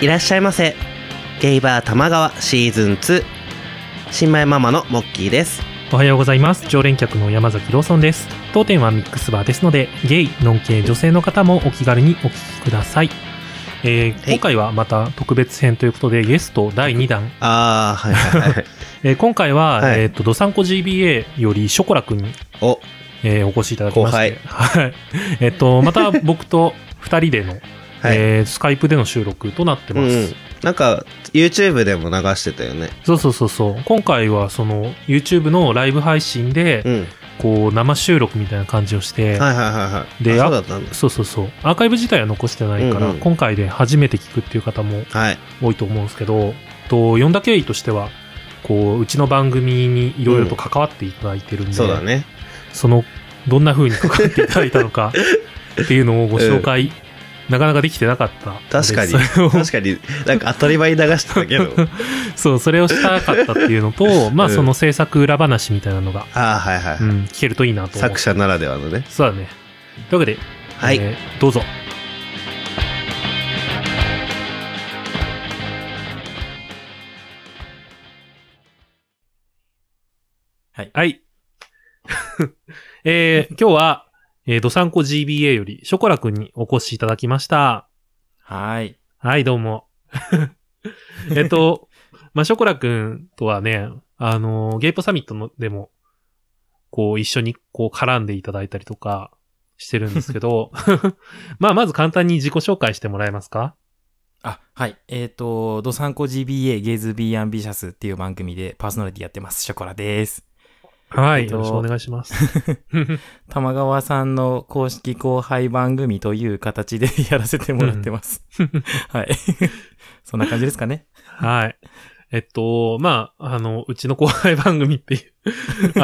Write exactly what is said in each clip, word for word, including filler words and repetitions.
いらっしゃいませ。ゲイバー玉川シーズンツー、新米ママのモッキーです。 おはようございます。常連客の山崎ローソンです。当店はミックスバーですので、ゲイ、ノン系、女性の方もお気軽にお聞きください。えー、今回はまた特別編ということで、ゲストだいにだん。 あー、はいはいはい。 えー、今回は、 はい、 えっ、ー、と、ドサンコ ジービーエー よりショコラくんにお、 えー、お越しいただきまして。 後はい。えっ、ー、と、また僕とふたりでの、はい、えー、スカイプでの収録となってます。うん、 なんか YouTube でも流してたよね。 そうそうそうそう。今回はその YouTube のライブ配信で、うん、こう生収録みたいな感じをして、 はいはいはいはい。 で、 そうだったんだ。 そうそうそう。アーカイブ自体は残してないから、うんうん、今回で初めて聞くっていう方も多いと思うんですけど、はい、と呼んだ経緯としては、こううちの番組にいろいろと関わっていただいてるんで、うん、 そうだね。 そのどんな風に関わっていただいたのかっていうのをご紹介。うん、なかなかできてなかった確かに確かになんか当たり前に流してたけどそう、それをしたかったっていうのとまあその制作裏話みたいなのが、 あ、はいはい、 うん、聞けるといいなと思う。 作者ならではのね。 そうだね。というわけで、 はい、 えー、どうぞ。はい、はい、えー、今日はえー、ドサンコ ジービーエー よりショコラくんにお越しいただきました。 はい。 はい、どうも。えっと、まあ、ショコラくんとはね、あの、ゲイポサミットのでも、こう、一緒にこう絡んでいただいたりとかしてるんですけど、まあ、まず簡単に自己紹介してもらえますか？ あ、はい。えっと、ドサンコ ジービーエー ゲイズビーアンビシャスっていう番組でパーソナリティやってます。ショコラです。 はい、えっと、よろしくお願いします。 玉川さんの公式後輩番組という形でやらせてもらってます。うん、はい。そんな感じですかね。 はい。えっと、まあ、あの、うちの後輩番組っていう、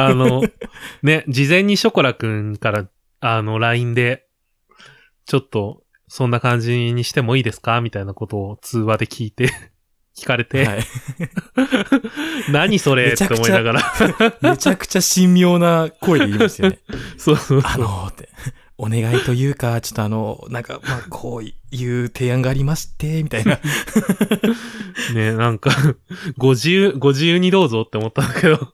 あの、ね、事前にショコラくんから、あの、ライン で、ちょっと、そんな感じにしてもいいですかみたいなことを通話で聞いて、聞かれて、はい、何それって思いながらめちゃくちゃ神妙な声で言いましたよね。 そうそうそう。 あのーって、お願いというか、ちょっとあの、なんか、まあ、こういう提案がありまして、みたいな。 ね、なんか、ご自由、ご自由にどうぞって思ったんだけど。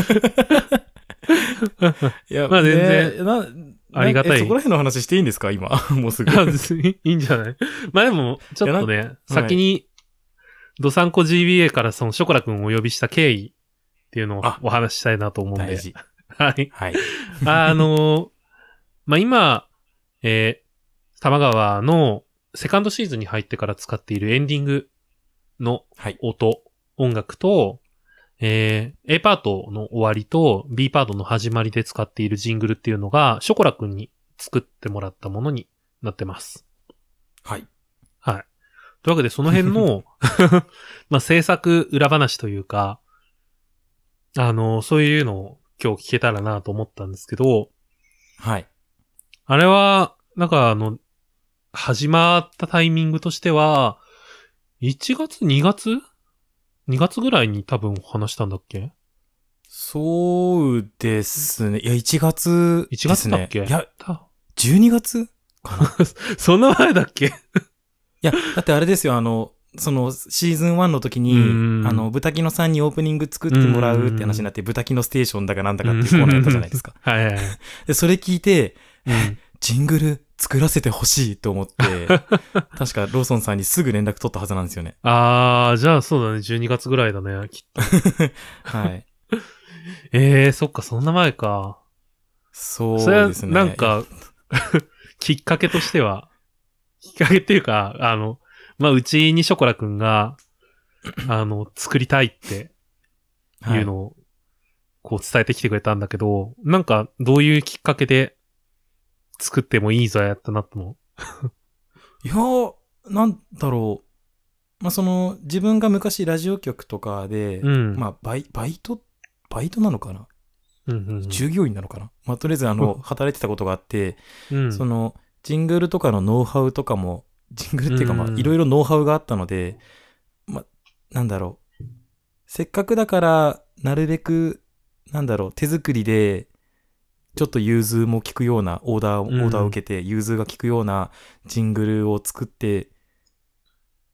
いや、 まあ全然、 ね、なありがたい。 そこら辺の話していいんですか今。もうすぐ。 いいんじゃない？まあでも、ちょっとね、先に、ドサンコ ジービーエー からそのショコラくんをお呼びした経緯っていうのをお話ししたいなと思うんで。 大事。 はい。 はい。 あの、まあ、今、えー、玉川のセカンドシーズンに入ってから使っているエンディングの音、はい、音楽と、えー、A パートの終わりと B パートの始まりで使っているジングルっていうのが、ショコラくんに作ってもらったものになってます。 はい。 はい。というわけで、その辺の、まあ、制作裏話というか、あの、そういうのを今日聞けたらなと思ったんですけど、 はい。 あれは、なんかあの、始まったタイミングとしては、いちがつ にがつ にがつぐらいに多分話したんだっけ？ そうですね。いや、いちがつですね。 いちがつだっけ？ いや、じゅうにがつかなそんな前だっけ？ いや、だってあれですよ、あの、そのシーズンワンの時に、あの、ブタキノさんにオープニング作ってもらうって話になって、ブタキノステーションだかなんだかっていうコーナーやったじゃないですか。 はいはいはい。 で、それ聞いて、 うん、 ジングル作らせてほしいと思って、確かローソンさんにすぐ連絡取ったはずなんですよね。 あー、じゃあそうだね、じゅうにがつぐらいだね、きっと。 はい。 えー、そっか、そんな前か。 そうですね。 それはなんか、きっかけとしては、きっかけっていうか、あの、まあ、うちにショコラくんが、あの、作りたいっていうのを、こう伝えてきてくれたんだけど、はい、なんか、どういうきっかけで作ってもいいぞやったなってのいやー、なんだろう。まあ、その、自分が昔ラジオ局とかで、うん、まあ、バイ、バイト、バイトなのかな、 うんうんうん、 従業員なのかな、まあ、とりあえずあの、働いてたことがあって、 うん、 その、ジングルとかのノウハウとかも、ジングルっていうかまあ、いろいろノウハウがあったので、まあ、なんだろう。せっかくだから、なるべく、なんだろう、手作りで、ちょっと融通も効くようなオーダー、オーダーを受けて、融通が効くようなジングルを作って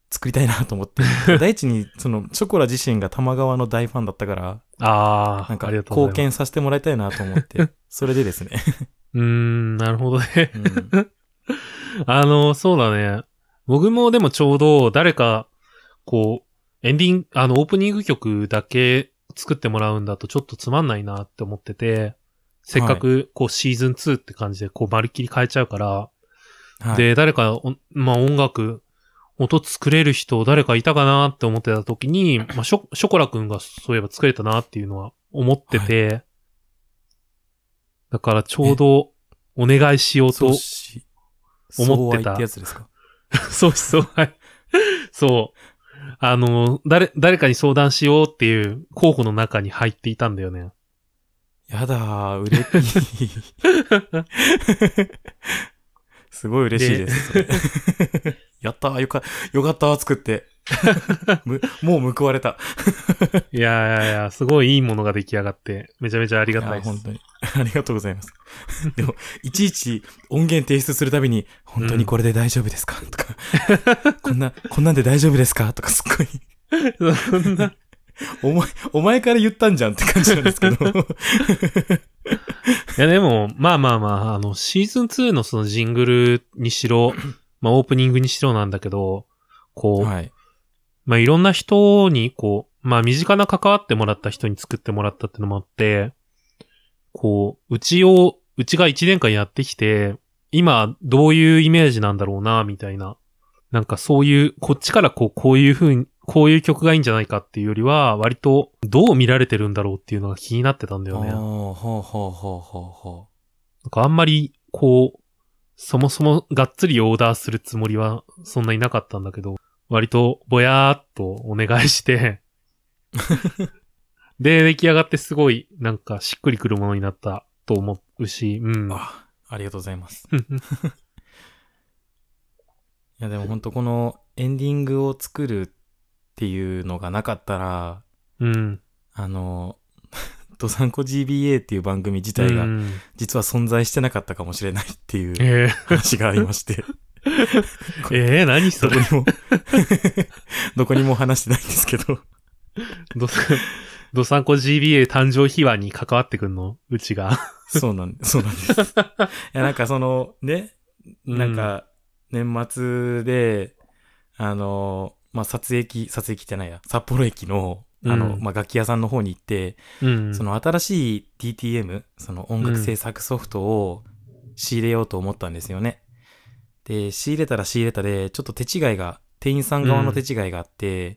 作りたいなと思って。第一に、その、ショコラ自身が玉川の大ファンだったから、 ああ、 なんかありがとうございます。 貢献させてもらいたいなと思って、それでですね。 うーん、なるほどね。 うん、 あの、そうだね。僕もでもちょうど誰か、こう、エンディング、あの、オープニング曲だけ作ってもらうんだとちょっとつまんないなって思ってて、せっかく、こう、シーズンツーって感じで、こう、まるっきり変えちゃうから、 はい、 で、誰か、まあ、音楽、音作れる人、誰かいたかなって思ってた時に、まあ、ショ、ショコラくんがそういえば作れたなっていうのは思ってて、はい、だからちょうどお願いしようと思ってた。 ってやつですか？ そうそう、はい。そう。あの、誰、誰かに相談しようっていう候補の中に入っていたんだよね。 やだー、嬉しい。すごい嬉しいです。でやったー、よか、よかったー、作って。もう報われた。 いやいやいや、すごいいいものが出来上がって、めちゃめちゃありがたいです。 本当に。ありがとうございます。でも、いちいち音源提出するたびに、本当にこれで大丈夫ですか、うん、とか、こんな、こんなんで大丈夫ですかとかすっごい。そんな。お前、お前から言ったんじゃんって感じなんですけど。いやでも、まあまあまあ、あの、シーズンツーのそのジングルにしろ、まあオープニングにしろなんだけど、こう、はい、まあいろんな人に、こう、まあ身近な関わってもらった人に作ってもらったってのもあって、こう、うちを、うちがいちねんかんやってきて、今どういうイメージなんだろうな、みたいな。なんかそういう、こっちからこう、こういう風に、こういう曲がいいんじゃないかっていうよりは、割とどう見られてるんだろうっていうのが気になってたんだよね。 ほうほうほうほうほう。 なんかあんまり、こう、そもそもがっつりオーダーするつもりはそんなになかったんだけど、割とぼやーっとお願いして、で、出来上がってすごいなんかしっくりくるものになったと思うし、うん。 あ、ありがとうございます。いやでも本当このエンディングを作るっていうのがなかったら、 うん。 あの、ドサンコ ジービーエー っていう番組自体が実は存在してなかったかもしれないっていう話がありまして。 えー、何それ？ どこにも、どこにも話してないんですけど。 ドサ、ドサンコ ジービーエー 誕生秘話に関わってくんの？うちが。 そうなん、そうなんです。いや、なんかその、ね、なんか、年末で、あの、まあ、撮影機、撮影機じゃないや、札幌駅の、あの、うん、まあ、楽器屋さんの方に行って、うん、その新しい ティーティーエム、その音楽制作ソフトを仕入れようと思ったんですよね。で、仕入れたら仕入れたで、ちょっと手違いが、店員さん側の手違いがあって、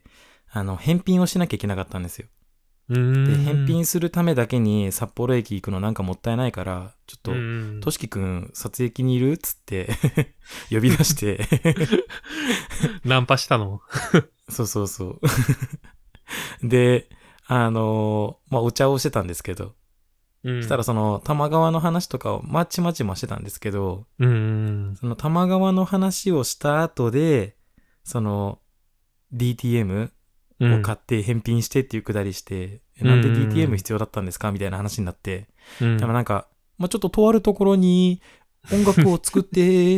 うん、あの、返品をしなきゃいけなかったんですよ。で、返品するためだけに札幌駅行くのなんかもったいないから、ちょっと、としきくん撮影機にいるつって呼び出してナンパしたのそうそうそうで、あのー、まあ、お茶をしてたんですけど、うん、そしたらその、玉川の話とかをまちまちましてたんですけど、 うん、 その玉川の話をした後で、その、ディーティーエム を買って返品してっていうくだりして、うん、なんで ディーティーエム 必要だったんですかみたいな話になって、うん、でもなんか、まあ、ちょっととあるところに音楽を作って、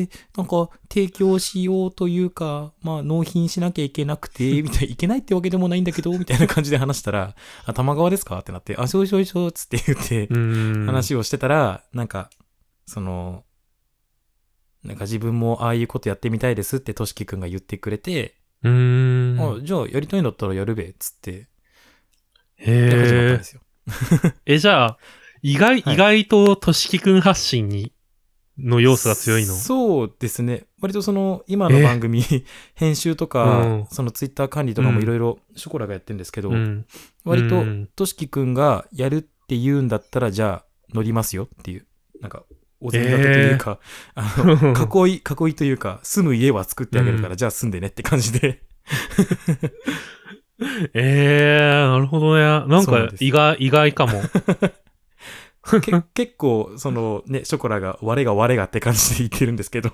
なんか提供しようというか、まあ納品しなきゃいけなくて、みたいな、いけないってわけでもないんだけど、みたいな感じで話したら、あ、玉川ですかってなって、あ、そうそうそう、つって言って、話をしてたら、なんか、その、なんか自分もああいうことやってみたいですってとしきくんが言ってくれて、 うーん。 あ、じゃあやりたいんだったらやるべ、つって、 へで始まったんですよ。 え、じゃあ、意外、はい、意外ととしきくん発信に、の要素が強いの？ そうですね。割とその、今の番組、編集とか、うん、そのツイッター管理とかもいろいろショコラがやってるんですけど、うん、割と、としきくんがやるって言うんだったら、じゃあ乗りますよっていう、なんか、お膳立てというか、えー、あの、囲い、囲いというか、住む家は作ってあげるから、うん、じゃあ住んでねって感じで。 ええー、なるほどね。なんか意外、意外かも。 け結構、そのね、ショコラが、我が我がって感じで言ってるんですけど。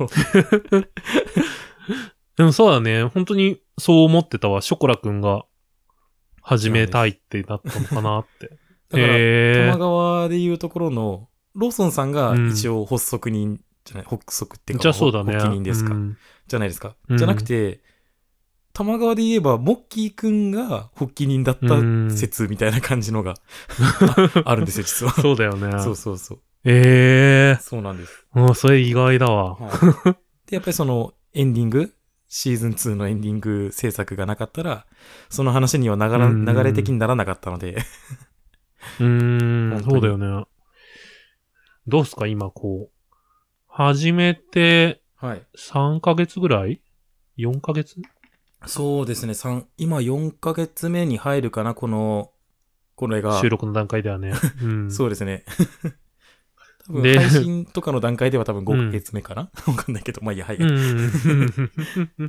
でもそうだね。本当にそう思ってたわ。ショコラくんが始めたいってなったのかなって。 だから、玉川でいうところの、ローソンさんが一応発足人じゃない、うん、発足っていうか、 じゃあそうだね。 発起人ですか、うん。じゃないですか。うん、じゃなくて、 玉川で言えば、モッキーくんが発起人だった説みたいな感じのがあるんですよ、実は。 そうだよね。 そうそうそう。 ええー。 そうなんです。 もうそれ意外だわ。 はい、で、やっぱりそのエンディング、シーズンツーのエンディング制作がなかったら、その話には流ら流れ的にならなかったので。 うーん、そうだよね。どうすか今こう、始めて、さんかげつぐらい ?よん ヶ月そうですね、さん、今よんかげつめに入るかな、この、これが。 収録の段階ではね。うん、 そうですね。多分配信とかの段階では多分ごかげつめかな、わ、うん、かんないけど、まあいいや、はい。うん、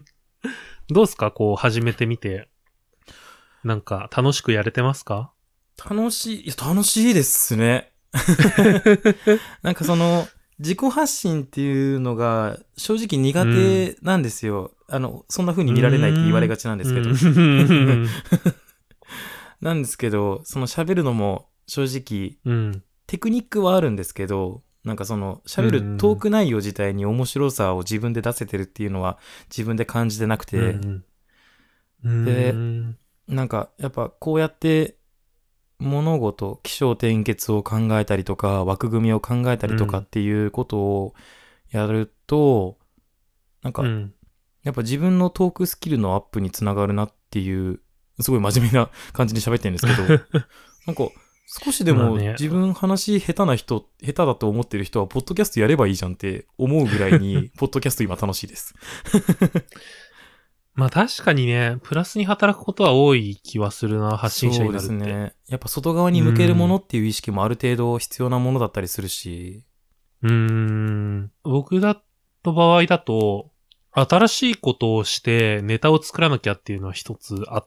どうすかこう始めてみて。なんか楽しくやれてますか？ 楽しい、いや楽しいですね。なんかその、自己発信っていうのが正直苦手なんですよ。うん、あの、そんな風に見られないって言われがちなんですけど。なんですけど、その喋るのも正直、うん、テクニックはあるんですけど、なんかその喋るトーク内容自体に面白さを自分で出せてるっていうのは自分で感じてなくて、うんうん、で、なんかやっぱこうやって物事、起承転結を考えたりとか、枠組みを考えたりとかっていうことをやると、うん、なんか、やっぱ自分のトークスキルのアップにつながるなっていう、すごい真面目な感じに喋ってるんですけど、なんか、少しでも自分話下手な人、下手だと思ってる人は、ポッドキャストやればいいじゃんって思うぐらいに、ポッドキャスト今楽しいです。 まあ確かにね、プラスに働くことは多い気はするな、発信者になるって。 そうですね。やっぱ外側に向けるものっていう意識もある程度必要なものだったりするし。 うーん。僕だと場合だと、新しいことをしてネタを作らなきゃっていうのは一つあって、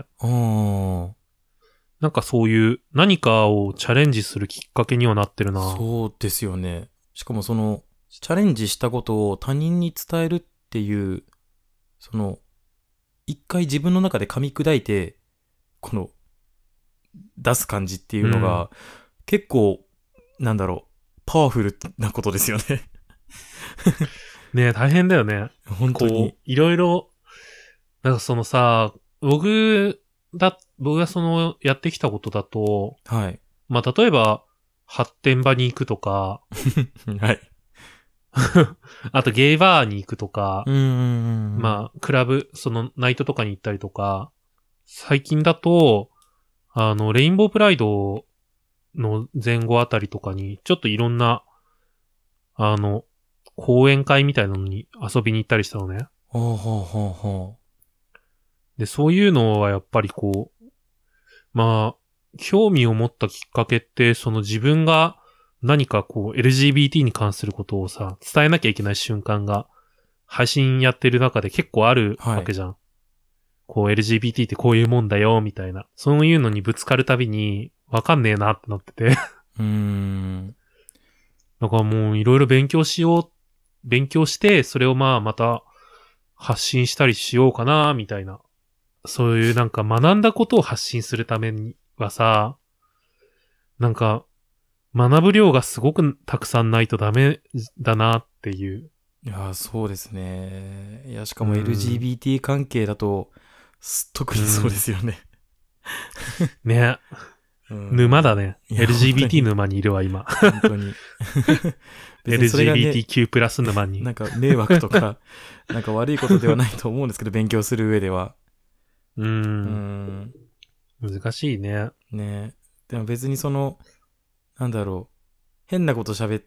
あなんかそういう何かをチャレンジするきっかけにはなってるな。 そうですよね。しかもその、チャレンジしたことを他人に伝えるっていう、その、一回自分の中で噛み砕いて、この、出す感じっていうのが、うん、結構、なんだろう、パワフルなことですよね。 ねえ、大変だよね。 本当に。 こう、いろいろ、なんかそのさ、僕だ、僕がその、やってきたことだと、 はい。 まあ、例えば、発展場に行くとか、 はい。 あとゲイバーに行くとか、 うんうんうん、 まあ、クラブ、そのナイトとかに行ったりとか、最近だと、あの、レインボープライドの前後あたりとかに、ちょっといろんな、あの、講演会みたいなのに遊びに行ったりしたのね。 ほうほうほうほう。 で、そういうのはやっぱりこう、まあ、興味を持ったきっかけって、その自分が何かこう エルジービーティー に関することをさ、伝えなきゃいけない瞬間が配信やってる中で結構あるわけじゃん。はい、こう エルジービーティー ってこういうもんだよ、みたいな。そういうのにぶつかるたびにわかんねえなってなってて。 うーん。 だからもういろいろ勉強しよう、勉強して、それをまあまた発信したりしようかな、みたいな。そういうなんか学んだことを発信するためにはさ、なんか、学ぶ量がすごくたくさんないとダメだなっていう。 いや、そうですね。いや、しかも エルジービーティー 関係だと、特にそうですよね。 ね。沼だね。エルジービーティー 沼にいるわ、今。 本当に。 エルジービーティーキュー プラス沼に。 なんか迷惑とか、なんか悪いことではないと思うんですけど、勉強する上では。 うーん。難しいね。 ね。でも別にその、なんだろう。変なこと喋って、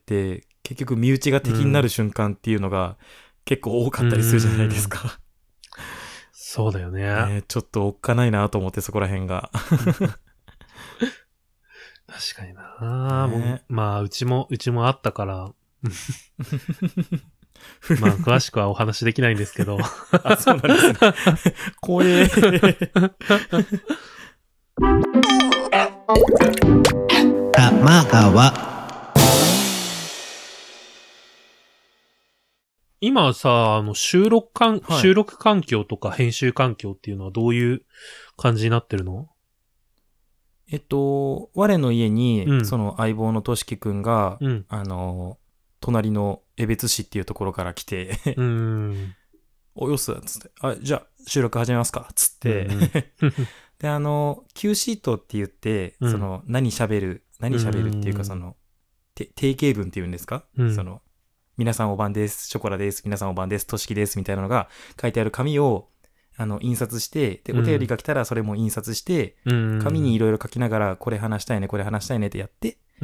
結局身内が敵になる瞬間っていうのが結構多かったりするじゃないですか。 そうだよね。 ね、ちょっとおっかないなと思って、そこら辺が。 確かにな、ね、もうまあ、うちも、うちもあったから、まあ、詳しくはお話できないんですけど。 あ、そうなんですね。怖え。 玉川。 今さ、あの、収録環、はい、収録環境とか編集環境っていうのはどういう感じになってるの？ えっと、我の家に、うん、その相棒のとしきくんが、うん、あの、隣の江別市っていうところから来て、 うん、 およっす、つって。あ、じゃあ、収録始めますか、つって。 うんうん、 で、あの、Q シートって言って、 うん、 その、何喋る、何喋るっていうか、その、て定型文っていうんですか、 うん、 その、皆さんお晩です、ショコラです、皆さんお晩です、としきです、みたいなのが書いてある紙を、あの、印刷して、で、お便りが来たらそれも印刷して、 うん、 紙にいろいろ書きながら、これ話したいね、これ話したいねってやって、 うん、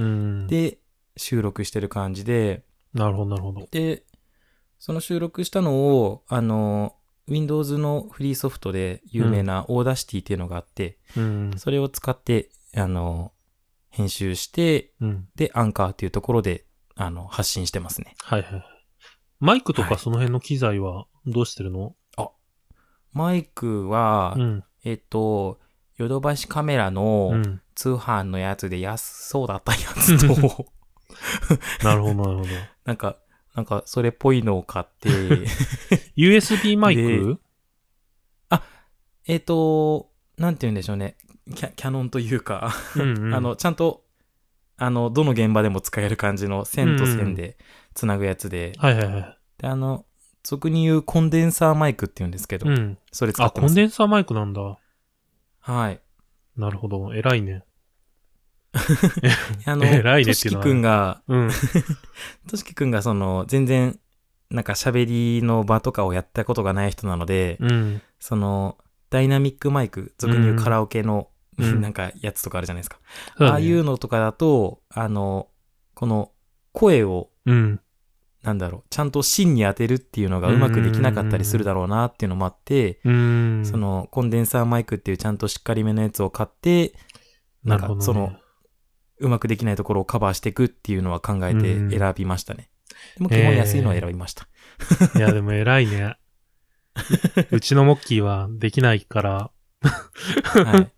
で、収録してる感じで、 なるほど、なるほど。 で、その収録したのを、あの、Windows のフリーソフトで有名なオーダーシティっていうのがあって、 うん、 それを使って、あの、編集して、 うん、 で、アンカーっていうところで、あの、発信してますね。 はいはい。マイクとはいかその辺の機材はどうしてるの？ あ、マイクは、 うん、 えっと、ヨドバシカメラうのん。 通販のやつで安そうだったやつと、 なるほど、なるほど。 なんか、なんか、それっぽいのを買って、 ユーエスビー マイク？ あ、えっと、なんて言うんでしょうね。キャ、キャノンというか、 うんうん、 あの、ちゃんと、あの、どの現場でも使える感じの線と線でつなぐやつで、 はいはいはい。 で、あの、俗に言うコンデンサーマイクって言うんですけど、 うん。 それ使あ、 ってます。 コンデンサーマイクなんだ。 はい。 なるほど。偉いね。 あの、 偉いねとしきっていうのは。 くんが、 うん。 としきくんがその、全然、なんか喋りの場とかをやったことがない人なので、 うん。 その、ダイナミックマイク、俗に言うカラオケの、 うん、 なんかやつとかあるじゃないですか。 ね、 ああいうのとかだと、あの、この声を、 うん。 なんだろう、ちゃんと芯に当てるっていうのがうまくできなかったりするだろうなっていうのもあって、 うん。 その、コンデンサーマイクっていうちゃんとしっかりめのやつを買って、なんか、その、うまくできないところをカバーしていくっていうのは考えて選びましたね。でも基本安いのを選びました。 えー、いや、でも偉いね。うちのモッキーはできないから、はい、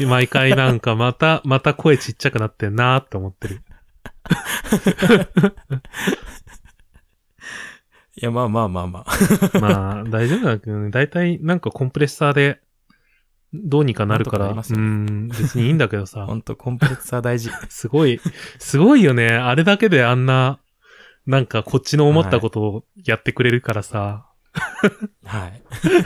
毎回なんかまた、また声ちっちゃくなってんなーって思ってる。 いや、まあまあまあまあ。まあ、大丈夫だけどね。だいたいなんかコンプレッサーで、どうにかなるから、 かね、 うん、別にいいんだけどさ。 ほんと、コンプレッサー大事。 すごい、すごいよね。あれだけであんな、なんかこっちの思ったことをやってくれるからさ。 はい。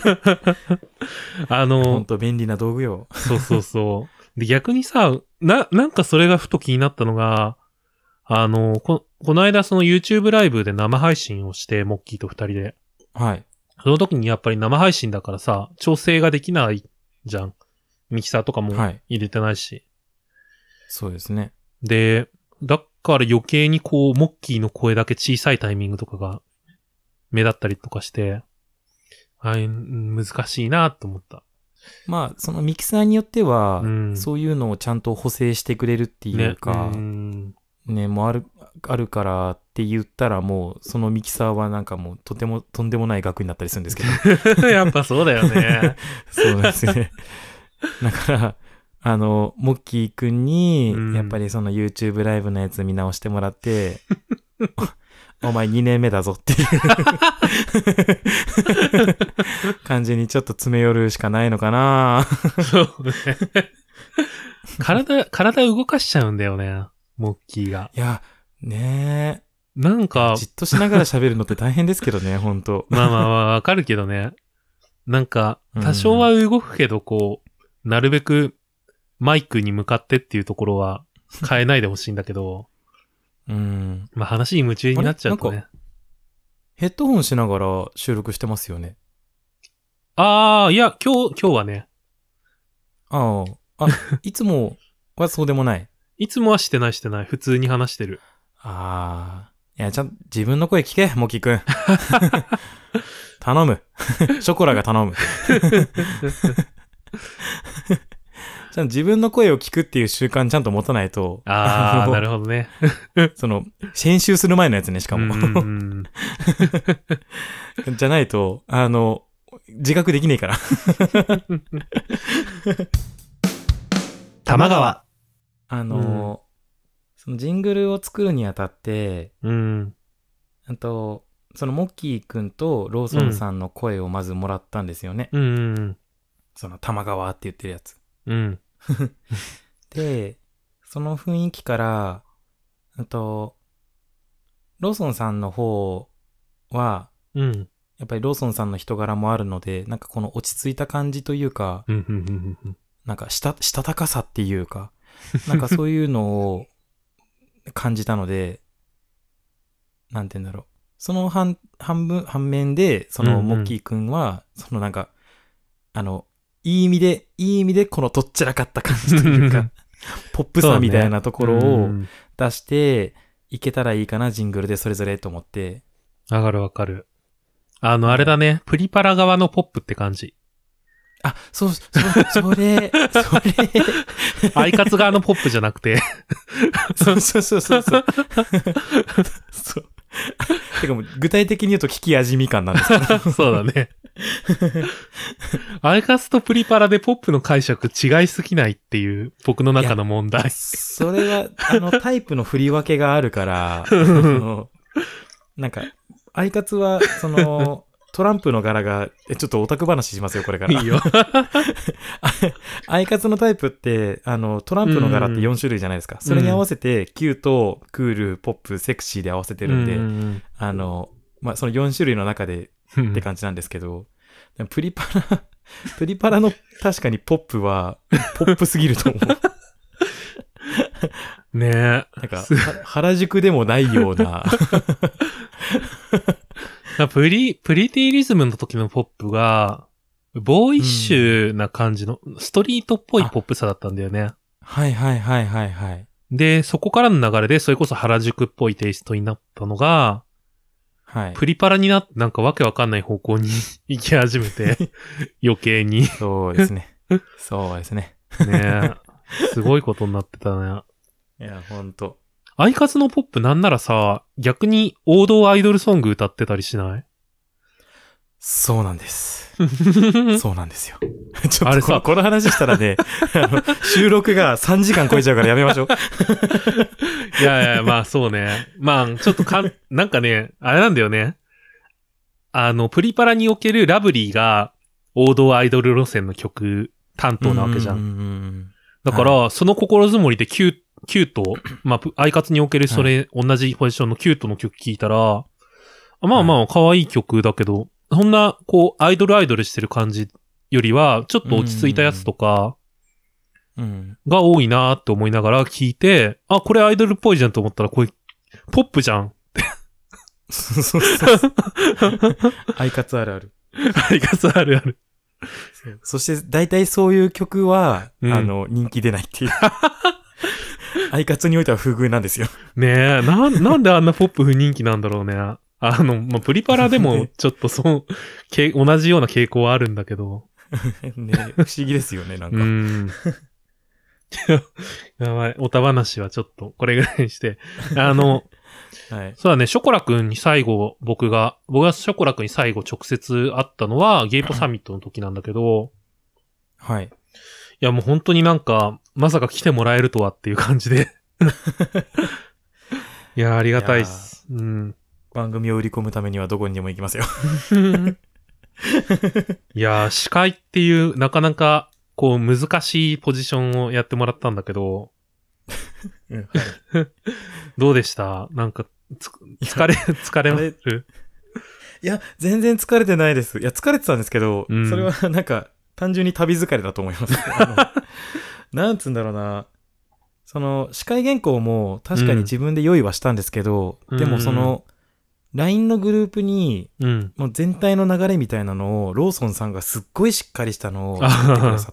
あの、 ほんと便利な道具よ。 そうそうそう。で、逆にさ、な、なんかそれがふと気になったのが、あの、こ、この間その YouTube ライブで生配信をして、モッキーと二人で。 はい。 その時にやっぱり生配信だからさ、調整ができないじゃん。ミキサーとかも入れてないし。はい、 そうですね。 で、だから余計にこう、モッキーの声だけ小さいタイミングとかが目立ったりとかして、あい、難しいなと思った。 まあ、そのミキサーによっては、 うん、 そういうのをちゃんと補正してくれるっていうか、ね、うんね、もうある、あるからって言ったらもう、そのミキサーはなんかもうとても、とんでもない額になったりするんですけど。 やっぱそうだよね。 そうですね。だから、あの、モッキーくんに、やっぱりその YouTube ライブのやつ見直してもらって、お前にねんめだぞっていう感じにちょっと詰め寄るしかないのかな。 そうね。体、体動かしちゃうんだよね。モッキーが。 いや、ねえ。 なんか。 じっとしながら喋るのって大変ですけどね、ほんと。 まあまあまあ、わかるけどね。なんか、多少は動くけど、こう、なるべくマイクに向かってっていうところは変えないでほしいんだけど。 うん。 まあ話に夢中になっちゃうとね。 ヘッドホンしながら収録してますよね。 ああ、いや、今日、今日はね。 ああ、あ、いつもはそうでもない。 いつもはしてないしてない。普通に話してる。 ああ。いや、ちゃんと自分の声聞け、モキくん。頼む。ショコラが頼む。ちゃんと自分の声を聞くっていう習慣ちゃんと持たないと。 ああ、なるほどね。 その、編集する前のやつね、しかも。じゃないと、あの、自覚できねえから。 玉川。 あの、うん、そのジングルを作るにあたって、 うん。 あと、そのモッキーくんとローソンさんの声をまずもらったんですよね。 うん。 その玉川って言ってるやつ。 うん。 で、その雰囲気から、あと、ローソンさんの方は、 うん。 やっぱりローソンさんの人柄もあるので、なんかこの落ち着いた感じというか、 うんうんうんうん、 なんかしたしたたかさっていうか、なんかそういうのを感じたので、なんて言うんだろう。その半半分反面でそのモッキーくんは、うんうん、そのなんかあのいい意味でいい意味でこのとっちらかった感じというかポップさみたいなところを出していけたらいいかな、ジングルでそれぞれと思って。 わかるわかる。あの、あれだね。プリパラ側のポップって感じ。 あ、そう、そ、それ、それ。 アイカツ側のポップじゃなくて。 そうそうそうそうそう。そう。てかもう具体的に言うと聞き味み感なんですけど。 そうだね。アイカツとプリパラでポップの解釈違いすぎないっていう僕の中の問題。 それは、あの、タイプの振り分けがあるから、なんか、アイカツは、その、トランプの柄が、え、ちょっとオタク話しますよ、これから。 いいよ。 アイカツのタイプって、あの、トランプの柄ってよん種類じゃないですか。それに合わせて、キュート、クール、ポップ、セクシーで合わせてるんで、んあの、まあ、そのよん種類の中でって感じなんですけど、でもプリパラ、プリパラの確かにポップは、ポップすぎると思う。ねえ。なんか、原宿でもないような、 プリ、プリティリズムの時のポップが、ボーイッシュな感じの、うん、ストリートっぽいポップさだったんだよね。 はいはいはいはいはい。 で、そこからの流れで、それこそ原宿っぽいテイストになったのが、 はい。 プリパラになってなんかわけわかんない方向に行き始めて、余計に。 そうですね。そうですね。 ねえ。すごいことになってたね。 いや、ほんと。 アイカツのポップなんならさ、逆に王道アイドルソング歌ってたりしない？ そうなんです。そうなんですよ。ちょっとこのこの話したらねあの、収録がさんじかん超えちゃうからやめましょう。 いやいや、まあそうね。まあ、ちょっとかん、なんかね、あれなんだよね。あの、プリパラにおけるラブリーが王道アイドル路線の曲担当なわけじゃん。うんうんうん、だから、はい、その心づもりでキューキュート、まあ、アイカツにおけるそれ、はい、同じポジションのキュートの曲聴いたら、まあまあ、可愛い曲だけど、そんな、こう、アイドルアイドルしてる感じよりは、ちょっと落ち着いたやつとか、が多いなーって思いながら聴いて、あ、これアイドルっぽいじゃんと思ったら、これ、ポップじゃんって。 そうそうそう。アイカツあるある。 アイカツあるある。 そして、大体そういう曲は、うん、あの、人気出ないっていう。アイカツにおいては不遇なんですよ。 ねえ、な、なんであんなポップ不人気なんだろうね。あの、まあ、プリパラでもちょっとそう、け同じような傾向はあるんだけど。 ねえ、不思議ですよね、なんか。 うん。やばい、おた話はちょっとこれぐらいにして。あの、はい、そうだね、ショコラくんに最後、僕が、僕がショコラくんに最後直接会ったのはゲイポサミットの時なんだけど、 はい。いや、もう本当になんか、まさか来てもらえるとはっていう感じで。いや、ありがたいっす。うん。 番組を売り込むためにはどこにでも行きますよ。 いや、司会っていうなかなかこう難しいポジションをやってもらったんだけど、 うん、はい、 どうでした？なんかつ疲れ疲れる？ いや、全然疲れてないです。いや、疲れてたんですけど、うん、それはなんか単純に旅疲れだと思います。あのなんつうんだろうな。その、司会原稿も確かに自分で用意はしたんですけど、うん、でもその、ライン のグループに、うん、もう全体の流れみたいなのを、ローソンさんがすっごいしっかりしたのを作ってくださって、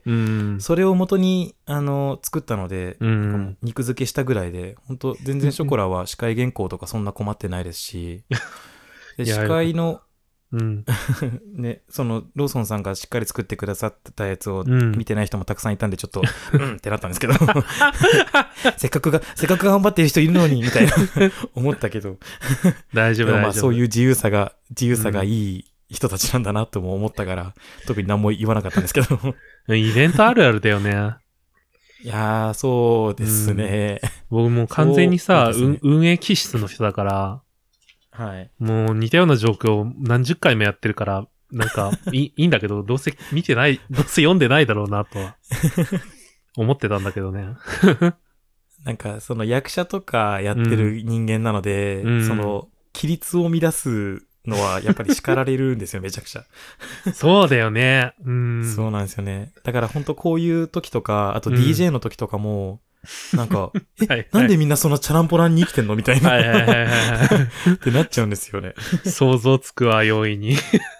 うん、それを元に、あの、作ったので、うん、肉付けしたぐらいで、本当全然ショコラは司会原稿とかそんな困ってないですし、で司会の、うん、ね、そのローソンさんがしっかり作ってくださったやつを見てない人もたくさんいたんでちょっと、うん、うんってなったんですけどせっかくがせっかく頑張ってる人いるのにみたいな思ったけど大丈夫でもまあ大丈夫そういう自由さが自由さがいい人たちなんだなとも思ったから、うん、特に何も言わなかったんですけどイベントあるあるだよね。 いやーそうですね、 うん、僕もう完全にさ、ね、運営気質の人だからはい。 もう似たような状況を何十回もやってるから、なんかいいいんだけど、どうせ見てない、どうせ読んでないだろうなとは思ってたんだけどね。 なんかその役者とかやってる人間なので、うん、その規律を乱すのはやっぱり叱られるんですよ、めちゃくちゃ。 そうだよね。うん。 そうなんですよね。だから本当こういう時とか、あと ディージェー の時とかも、うん、なんか、え、はいはい、なんでみんなそんなチャランポランに生きてんのみたいな。はいはいはいはい。ってなっちゃうんですよね。 想像つくわ、容易に。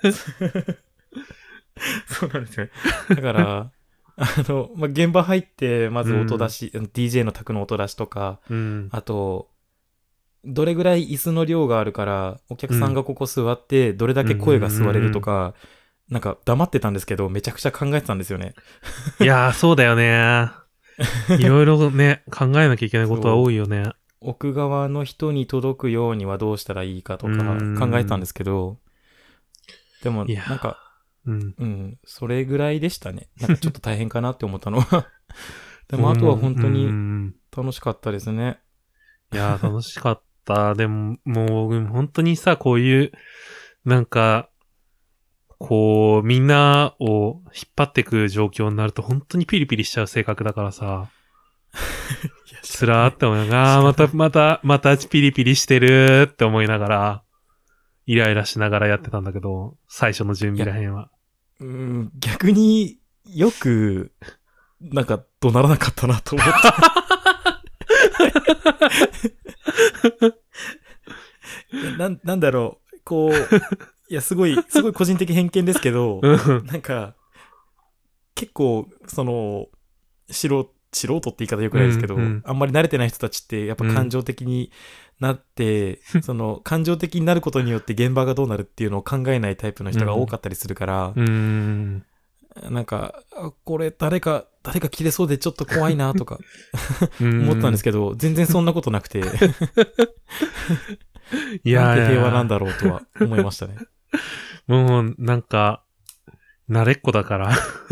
そうなんですよね。だから、あの、まあ、現場入って、まず音出し、うん、ディージェー の卓の音出しとか、 うん、 あと、どれぐらい椅子の量があるから、お客さんがここ座って、どれだけ声が吸われるとか、うんうんうん、なんか黙ってたんですけど、めちゃくちゃ考えてたんですよね。 いやー、そうだよね。いろいろね、考えなきゃいけないことは多いよね。 奥側の人に届くようにはどうしたらいいかとか考えてたんですけど、でもなんか、うん、うん、それぐらいでしたね。なんかちょっと大変かなって思ったのは。でもあとは本当に楽しかったですね。 いやー、楽しかった。でも、もう本当にさ、こういう、なんか、こう、みんなを引っ張ってく状況になると本当にピリピリしちゃう性格だからさ。つらーって思いながら、あーまた、また、またピリピリしてるって思いながら、イライラしながらやってたんだけど、最初の準備らへんは。 うん、逆によく、なんか怒鳴らなかったなと思って。な, なんだろう、こう、いや、すごい、すごい個人的偏見ですけど、なんか、結構、その、素人、素人って言い方よくないですけど、うんうん、あんまり慣れてない人たちって、やっぱ感情的になって、うん、その、感情的になることによって現場がどうなるっていうのを考えないタイプの人が多かったりするから、 うん、 なんか、これ誰か、誰か切れそうでちょっと怖いなとか思ったんですけど、全然そんなことなくて、いやなんて平和なんだろうとは思いましたね。 もう、なんか、慣れっこだから。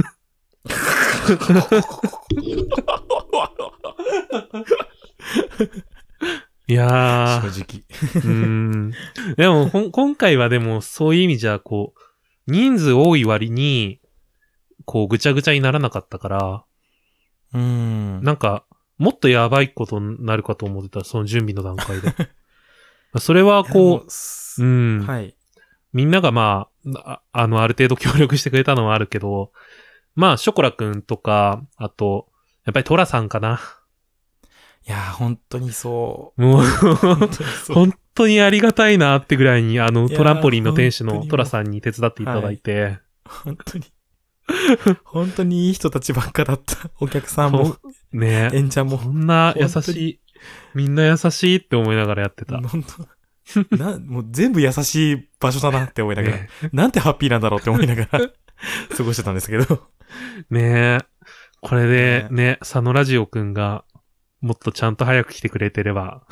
いやー。正直。 うーん。でもほん、今回はでも、そういう意味じゃ、こう、人数多い割に、こう、ぐちゃぐちゃにならなかったから、 うーん。 なんか、もっとやばいことになるかと思ってた、その準備の段階で。それは、こう、うん。 はい。 みんながまあ、あ, あの、ある程度協力してくれたのはあるけど、まあ、ショコラくんとか、あと、やっぱりトラさんかな。 いやー、本当にそう。 もう、本当にありがたいなってぐらいに、あの、トランポリンの店主のトラさんに手伝っていただいて。はい、 本当に。本当にいい人たちばっかだった。お客さんも。 ね演者も。 こんな優しい。みんな優しいって思いながらやってた。 本当な、もう全部優しい場所だなって思いながら、ね、なんてハッピーなんだろうって思いながら過ごしてたんですけど。 ねえ。これでね、ね佐野ラジオくんがもっとちゃんと早く来てくれてれば。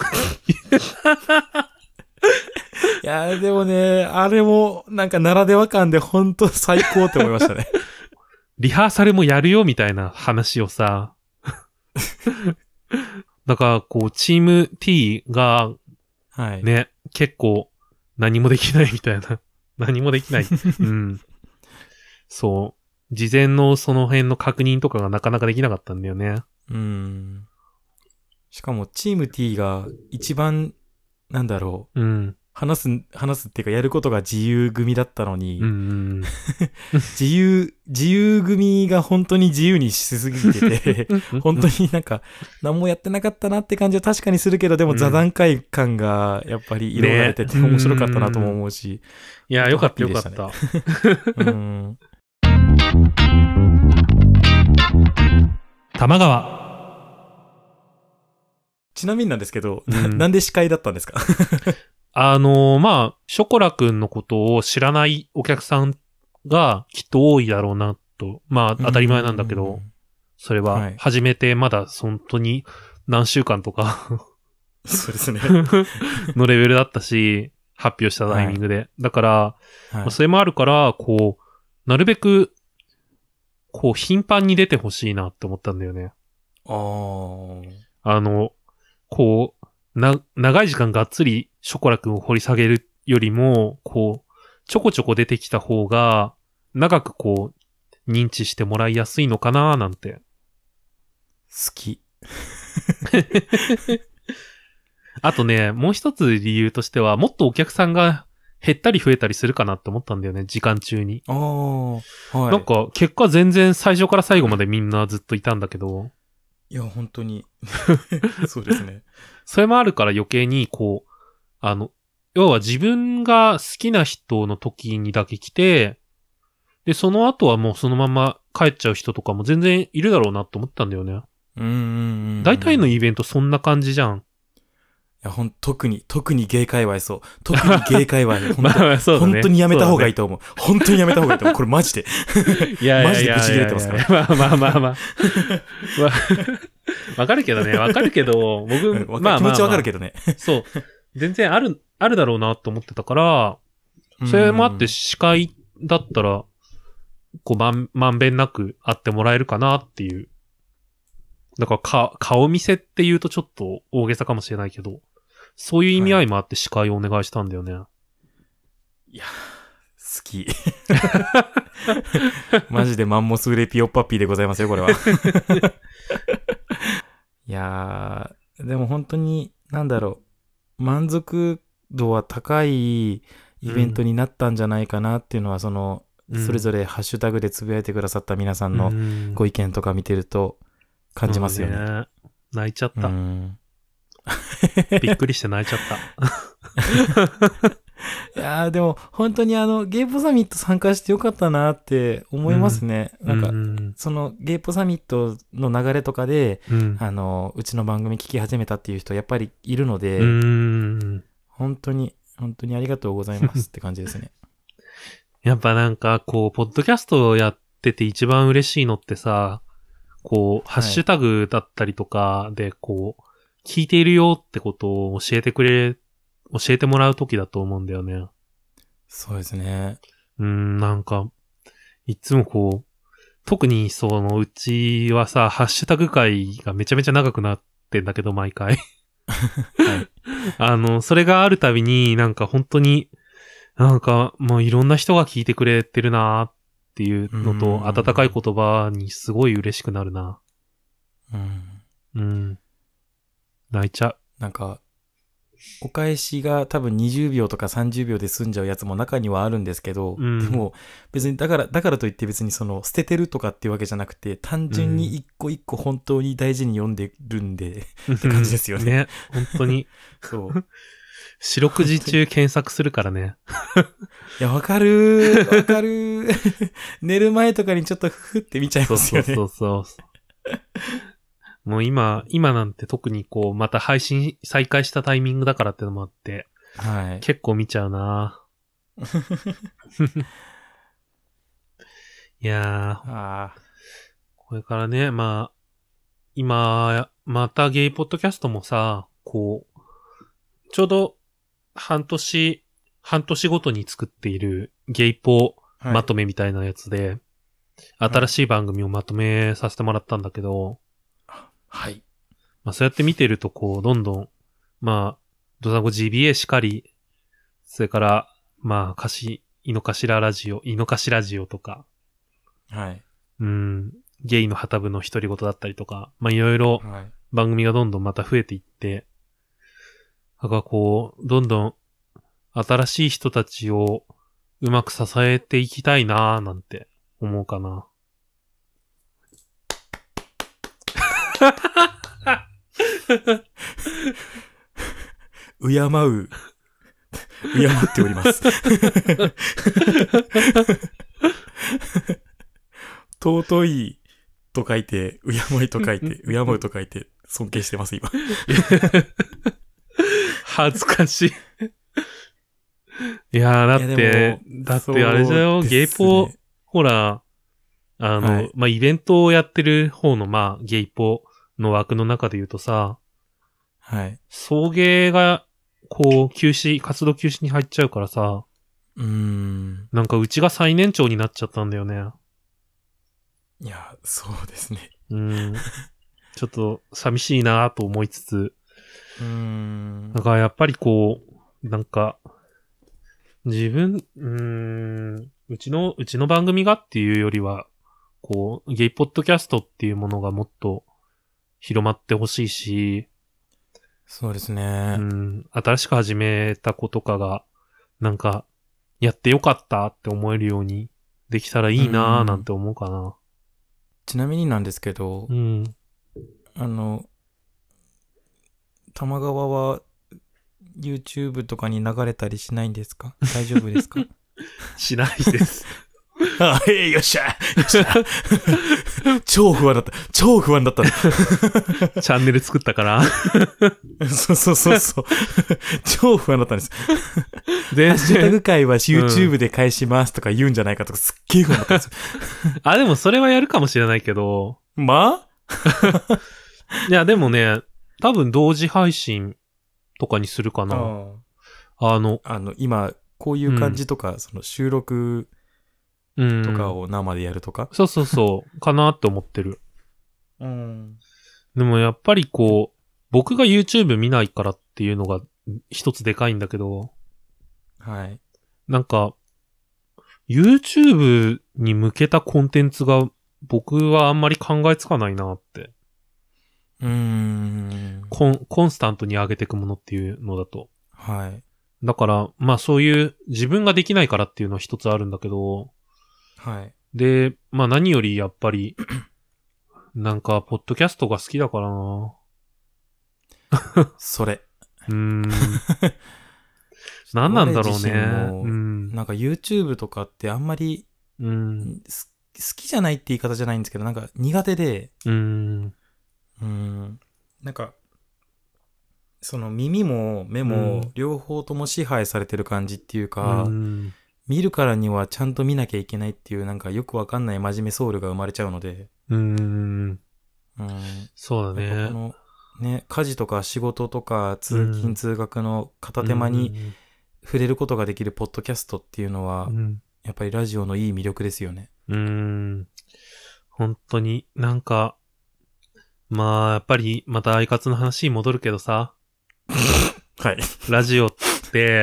いやーでもね、あれもなんかならでは感でほんと最高って思いましたね。 リハーサルもやるよみたいな話をさ。だからこうチーム T がはい。 ね、結構何もできないみたいな。何もできない。うん。そう。事前のその辺の確認とかがなかなかできなかったんだよね。 うん。しかもチーム T が一番、なんだろう。うん。 話す、話すっていうかやることが自由組だったのに、 うんうん、 自由、自由組が本当に自由にしすぎてて、本当になんか何もやってなかったなって感じは確かにするけど、でも座談会感がやっぱり色が出てて面白かったなとも思うし。 ね、いや、よかったよかった。 うん玉川。 ちなみになんですけど、うん、なんで司会だったんですか？ あのー、まあ、ショコラくんのことを知らないお客さんがきっと多いだろうなと。まあ、当たり前なんだけど、それは、初めてまだ本当に何週間とかそうですね。 のレベルだったし、発表したタイミングで。はい、だから、はいまあ、それもあるから、こう、なるべく、こう、頻繁に出てほしいなって思ったんだよね。 あー。 あの、こう、な、長い時間がっつりショコラくんを掘り下げるよりも、こう、ちょこちょこ出てきた方が、長くこう、認知してもらいやすいのかなーなんて。 好き。 あとね、もう一つ理由としては、もっとお客さんが減ったり増えたりするかなって思ったんだよね、時間中に。 ああ、はい。 なんか、結果全然最初から最後までみんなずっといたんだけど。 いや、本当に。そうですね。 それもあるから余計に、こう、あの、要は自分が好きな人の時にだけ来て、で、その後はもうそのまま帰っちゃう人とかも全然いるだろうなと思ったんだよね。 うんうんうんうん。 大体のイベントそんな感じじゃん。 いや、ほん、特に、特にゲイ界隈そう。特にゲイ界隈、本当、 まあそうだね本当にやめた方がいいと思う。本当にやめた方がいいと思う。これマジで。 いやいやいやいやいやマジでブチ切れてますから。 まあまあまあまあ。わわかるけどね、わかるけど、僕、 うんわかまあまあまあ気持ちわかるけどね。 そう。全然ある、あるだろうなと思ってたから、それもあって司会だったら、こう、まん、まんべんなく会ってもらえるかなっていう。だから、か、顔見せって言うとちょっと大げさかもしれないけど、そういう意味合いもあって司会をお願いしたんだよね。 いや、好き。マジでマンモスグレピオッパッピーでございますよ、これは。いやー、でも本当に、なんだろう、満足度は高いイベントになったんじゃないかなっていうのは、うん、その、それぞれハッシュタグでつぶやいてくださった皆さんのご意見とか見てると感じますよね。うん、 ね泣いちゃった。 うんびっくりして泣いちゃった。 いやーでも本当にあのゲイポサミット参加してよかったなって思いますね。うん、なんかそのゲイポサミットの流れとかで、うん、あのうちの番組聞き始めたっていう人やっぱりいるので、うん、本当に本当にありがとうございますって感じですね。 やっぱなんかこうポッドキャストをやってて一番嬉しいのってさ、こうハッシュタグだったりとかでこう、はい、聞いているよってことを教えてくれ教えてもらうときだと思うんだよね。 そうですね。 うーん、なんか、いつもこう、特にそのうちはさ、ハッシュタグ会がめちゃめちゃ長くなってんだけど、毎回。はい。あの、それがあるたびになんか本当に、なんかもういろんな人が聞いてくれてるなーっていうのと、温かい言葉にすごい嬉しくなるな。 うん。 うん。泣いちゃう。 なんか、お返しが多分にじゅうびょうとかさんじゅうびょうで済んじゃうやつも中にはあるんですけど、うん、でも別にだからだからといって別にその捨ててるとかっていうわけじゃなくて、単純に一個一個本当に大事に読んでるんで、うん、って感じですよね。 ね、本当に。そう。四六時中検索するからね。 いや、わかるー、わかるー。寝る前とかにちょっとふふって見ちゃいますよね。 そうそうそうそう。もう今、今なんて特にこう、また配信再開したタイミングだからってのもあって、はい、結構見ちゃうな。いやーあ、これからね、まあ、今、またゲイポッドキャストもさ、こう、ちょうど半年、半年ごとに作っているゲイポまとめみたいなやつで、はい、新しい番組をまとめさせてもらったんだけど、 はい。 まあそうやって見てるとこう、どんどん、まあ、ドサンコ ジービーエー しかり、それから、まあ、歌詞、井の頭ラジオ、井の頭ラジオとか、 はい。 うん、ゲイの旗部の独り言だったりとか、まあいろいろ番組がどんどんまた増えていって、だからこう、どんどん新しい人たちをうまく支えていきたいなーなんて思うかな。 敬う。敬っております。尊いと書いて、敬いと書いて、敬うと書いて、尊敬してます、今。 恥ずかしい。いやー、だって、だってあれだよ、ね、ゲイポ、ほら、あの、はい、まあ、イベントをやってる方の、まあ、ゲイポの枠の中で言うとさ、 はい。 送迎が、こう、休止、活動休止に入っちゃうからさ、 うーん。 なんかうちが最年長になっちゃったんだよね。 いや、そうですね。 うん。ちょっと寂しいなと思いつつ、 うーん。 だからやっぱりこう、なんか、自分、うーん、うちの、うちの番組がっていうよりは、こう、ゲイポッドキャストっていうものがもっと広まってほしいし、 そうですね。 うん、新しく始めた子とかが、なんか、 やってよかったって思えるようにできたらいいなーなんて思うかな。 ちなみになんですけど、 うん。 あの、玉川は YouTube とかに流れたりしないんですか？大丈夫ですか？ しないです。 あ、ええ、よっしゃよっしゃ超不安だった。超不安だった。 チャンネル作ったから。 そうそうそうそう。超不安だったんです。 全然。 ハッシュタグ会は YouTube で返しますとか言うんじゃないかとかすっげえ不安だったんですよ。 あ、でもそれはやるかもしれないけど。 まあいや、でもね、多分同時配信とかにするかな。あ, あの、 あの、今、こういう感じとか、うん、その収録とかを生でやるとか、 うん、そうそうそう、かなって思ってる。 うん。 でもやっぱりこう、僕が YouTube 見ないからっていうのが一つでかいんだけど、 はい。 なんか、YouTube に向けたコンテンツが僕はあんまり考えつかないなって。 うーん。 コン、コンスタントに上げていくものっていうのだと。 はい。 だから、まあそういう自分ができないからっていうのは一つあるんだけど、 はい。 で、まあ何よりやっぱり、なんか、ポッドキャストが好きだからな。 それ。 うーん。何なんだろうね。 うん。なんか YouTube とかってあんまり、 うん、 好きじゃないって言い方じゃないんですけど、なんか苦手で、 うん。 うん。なんか、その耳も目も両方とも支配されてる感じっていうか、 うん、 見るからにはちゃんと見なきゃいけないっていうなんかよくわかんない真面目ソウルが生まれちゃうので。 うん。 うん。 そうだね。 やっぱこのね、家事とか仕事とか通勤通学の片手間に触れることができるポッドキャストっていうのは、うん、やっぱりラジオのいい魅力ですよね。 うん。本当になんか、まあ、やっぱりまたアイカツの話に戻るけどさ。 はい。 ラジオって、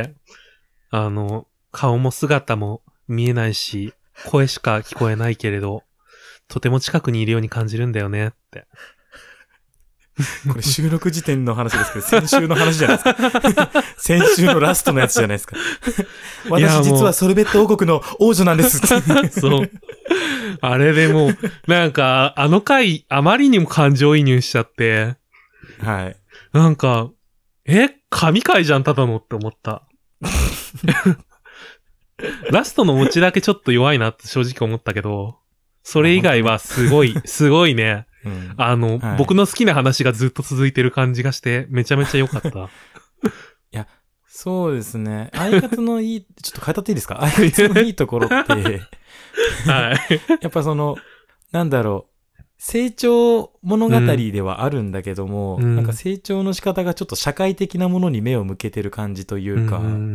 あの、顔も姿も見えないし、声しか聞こえないけれど、とても近くにいるように感じるんだよねって。 これ収録時点の話ですけど、先週の話じゃないですか。先週のラストのやつじゃないですか。私実はソルベット王国の王女なんです。 そう。あれでもう、なんか、あの回、あまりにも感情移入しちゃって。 はい。 なんか、え神回じゃん、ただのって思った。ラストの持ちだけちょっと弱いなって正直思ったけど、それ以外はすごい、すごいね。うん、あの、はい、僕の好きな話がずっと続いてる感じがして、めちゃめちゃ良かった。いや、そうですね。相方のいい、ちょっと変えたっていいですか？相方のいいところって、はい。やっぱその、なんだろう、成長物語ではあるんだけども、うん、なんか成長の仕方がちょっと社会的なものに目を向けてる感じというか、うんうんうん、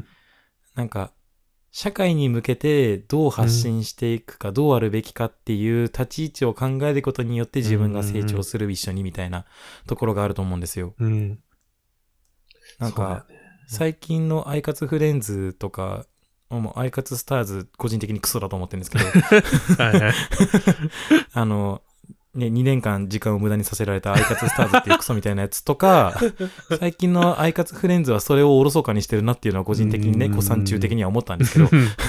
なんか、社会に向けてどう発信していくか、うん、どうあるべきかっていう立ち位置を考えることによって自分が成長する一緒にみたいなところがあると思うんですよ。うん、なんか、ね、最近のアイカツフレンズとか、もうアイカツスターズ個人的にクソだと思ってるんですけど、はいはい、あの、ね、にねんかん時間を無駄にさせられたアイカツスターズっていうクソみたいなやつとか、最近のアイカツフレンズはそれをおろそかにしてるなっていうのは個人的にね、古参中的には思ったんですけど、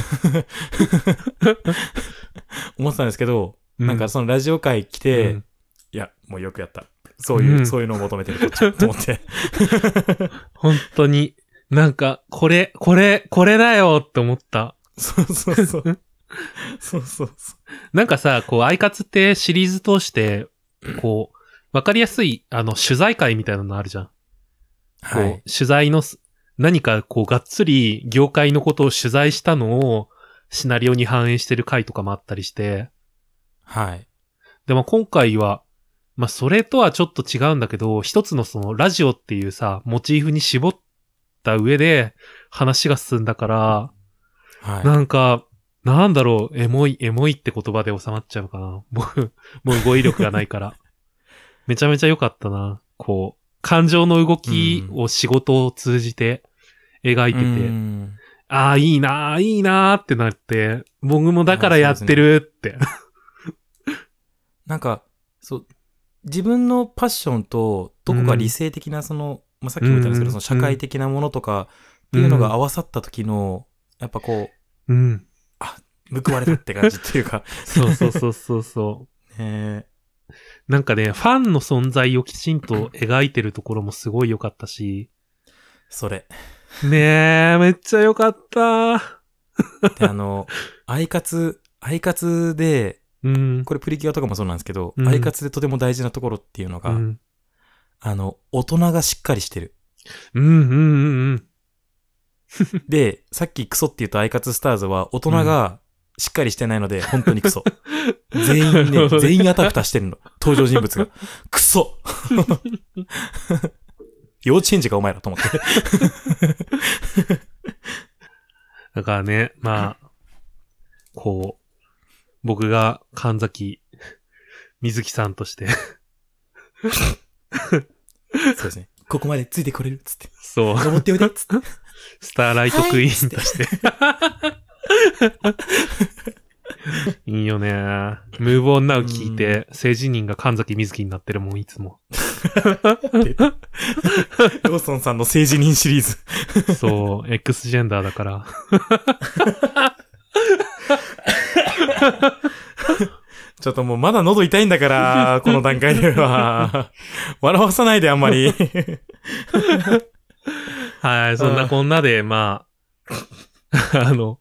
思ってたんですけど、うん、なんかそのラジオ会来て、うん、いや、もうよくやった。そういう、うん、そういうのを求めてるこっちと思って。 本当に、なんか、これ、これ、これだよって思った。 そうそうそう。そうそうそう。 なんかさ、こう、アイカツってシリーズ通して、こう、わかりやすい、あの、取材会みたいなのあるじゃん。はい。こう、取材の、何かこう、がっつり業界のことを取材したのを、シナリオに反映してる回とかもあったりして。 はい。 でも今回は、まあ、それとはちょっと違うんだけど、一つのその、ラジオっていうさ、モチーフに絞った上で、話が進んだから、はい。なんか、なんだろう、エモい、エモいって言葉で収まっちゃうかな。もう、もう語彙力がないから。めちゃめちゃ良かったな。こう、感情の動きを仕事を通じて描いてて、うん、ああ、いいなー、いいなーってなって、僕もだからやってるって。 なんか、そう、自分のパッションと、どこか理性的な、その、うん、まあ、さっきも言ったんですけど、その社会的なものとかっていうのが合わさった時の、 やっぱこう、うん。 あ、報われたって感じっていうか。 そうそうそうそうそう。 ねなんかね、ファンの存在をきちんと描いてるところもすごい良かったし。 それ。 ねえ、めっちゃ良かった。 で、あの、アイカツ、アイカツで、 うん、 これプリキュアとかもそうなんですけど、 うん、 アイカツでとても大事なところっていうのが、うん、あの、大人がしっかりしてる。 うんうんうんうん。 で、さっきクソって言うとアイカツスターズは大人がしっかりしてないので、本当にクソ。全員ね、全員あたふたしてるの。登場人物が。クソ幼稚園児かお前らと思って。 だからね、まあ、こう、僕が神崎水木さんとして。 そうですね。ここまでついてこれるっつって。 そう。 登っておいでっつって。 スターライトクイーンとして。いいよね。ムーブオンナウ聞いて、性自認が神崎水木になってるもん、いつも。 ローソンさんの性自認シリーズ。そう、X ジェンダーだから。 ちょっともうまだ喉痛いんだから、この段階では。笑わさないであんまり。 はい、そんなこんなで、まあ、あの、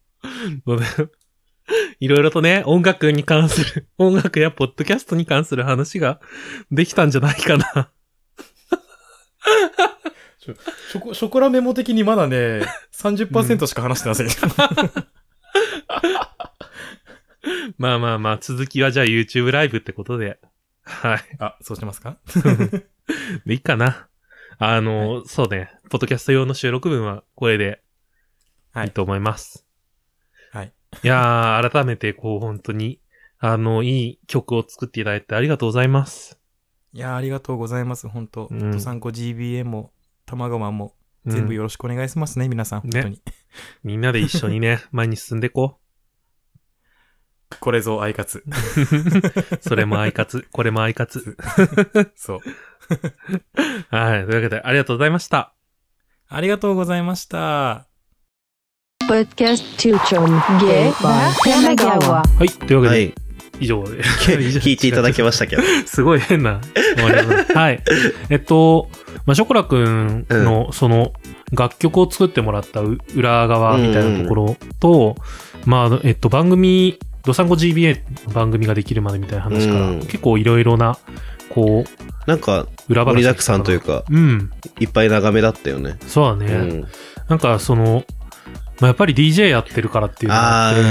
いろいろとね、音楽に関する、音楽やポッドキャストに関する話ができたんじゃないかな。 ショコ、ショコラメモ的にまだね、さんじゅっパーセント しか話してません。うんまあまあまあ、続きはじゃあ YouTube ライブってことで。はい。 あ、そうしますかでいいかな。あの、はい、そうね、ポッドキャスト用の収録分はこれでいいと思います。 はい。 いやー、改めてこう本当に、あの、いい曲を作っていただいてありがとうございます。 いやー、ありがとうございます。本当、うん、ドサンコ ジービーエー も、玉川も、全部よろしくお願いしますね、うん、皆さん。本当に。 ね、みんなで一緒にね、前に進んでいこう。 これぞアイカツ。 それもアイカツ、これもアイカツ。 そう。 はい。というわけで、ありがとうございました。 ありがとうございました。 はい。というわけで、はい、以上で。 聞いていただきましたけど。 すごい変な。はい。えっと、まあ、ショコラくんの、うん、その、楽曲を作ってもらった裏側みたいなところと、うん、まあ、えっと、番組、ドサンコ ジービーエー の番組ができるまでみたいな話から、うん、結構いろいろな、こう、 なんか、裏話盛りだくさんというか、 うん。 いっぱい長めだったよね。 そうだね。うん、なんか、その、まあ、やっぱり ディージェー やってるからっていうのがあって、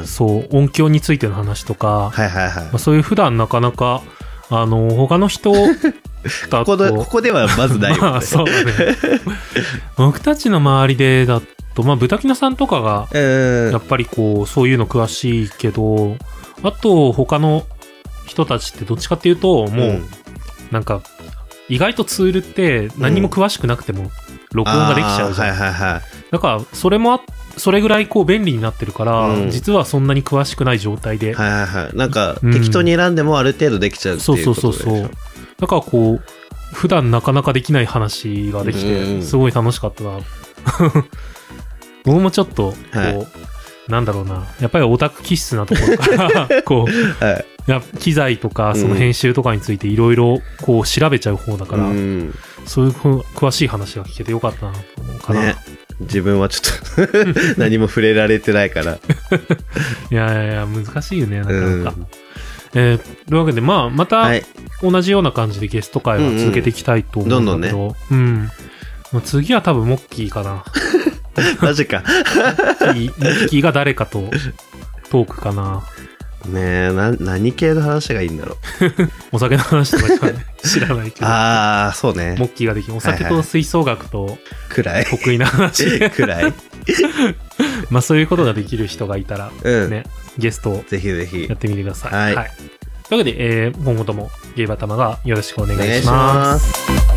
そう、音響についての話とか、 はいはいはい。 まあ、そういう普段なかなか、あの、他の人だとここで、ここではまずないよね。 まあ、そうだね。僕たちの周りでだと、まあ、豚キノさんとかが、やっぱりこう、そういうの詳しいけど、あと、他の人たちってどっちかっていうと、もう、うん、なんか、意外とツールって何も詳しくなくても、録音ができちゃうじゃん。 うん、はいはいはい。 だから、それもあ、それぐらいこう便利になってるから、うん、実はそんなに詳しくない状態で。 はいはいはい。なんか、うん、適当に選んでもある程度できちゃうっていうことでしょ。そうそうそうそう。 だからこう、普段なかなかできない話ができて、すごい楽しかったな。僕もちょっと、こう、はい、なんだろうな、やっぱりオタク気質なところから、こう、はい、や機材とか、その編集とかについていろいろ、こう、調べちゃう方だから、うん、そういう詳しい話が聞けてよかったなと思うかな。ね、 自分はちょっと何も触れられてないから。 いやいやいや、難しいよね、なかなか。うん、えー、というわけで、まあ、また、同じような感じでゲスト会は続けていきたいと思うんだけど、うんうん、どんどんね。うん。次は多分モッキーかな。 マジか。 モッキーが誰かとトークかな。 ねえ、な、何系の話がいいんだろう。 お酒の話とかしか、ね、知らないけど。 ああ、そうね。 モッキーができる。お酒と吹奏楽と、 くらい。 得意な話。 くらい。 まあそういうことができる人がいたら、うん、ね、ゲストをぜひぜひやってみてください。 はい。はい、 というわけで、えー、今後ともゲイバ玉がよろしくお願いします。お願いします。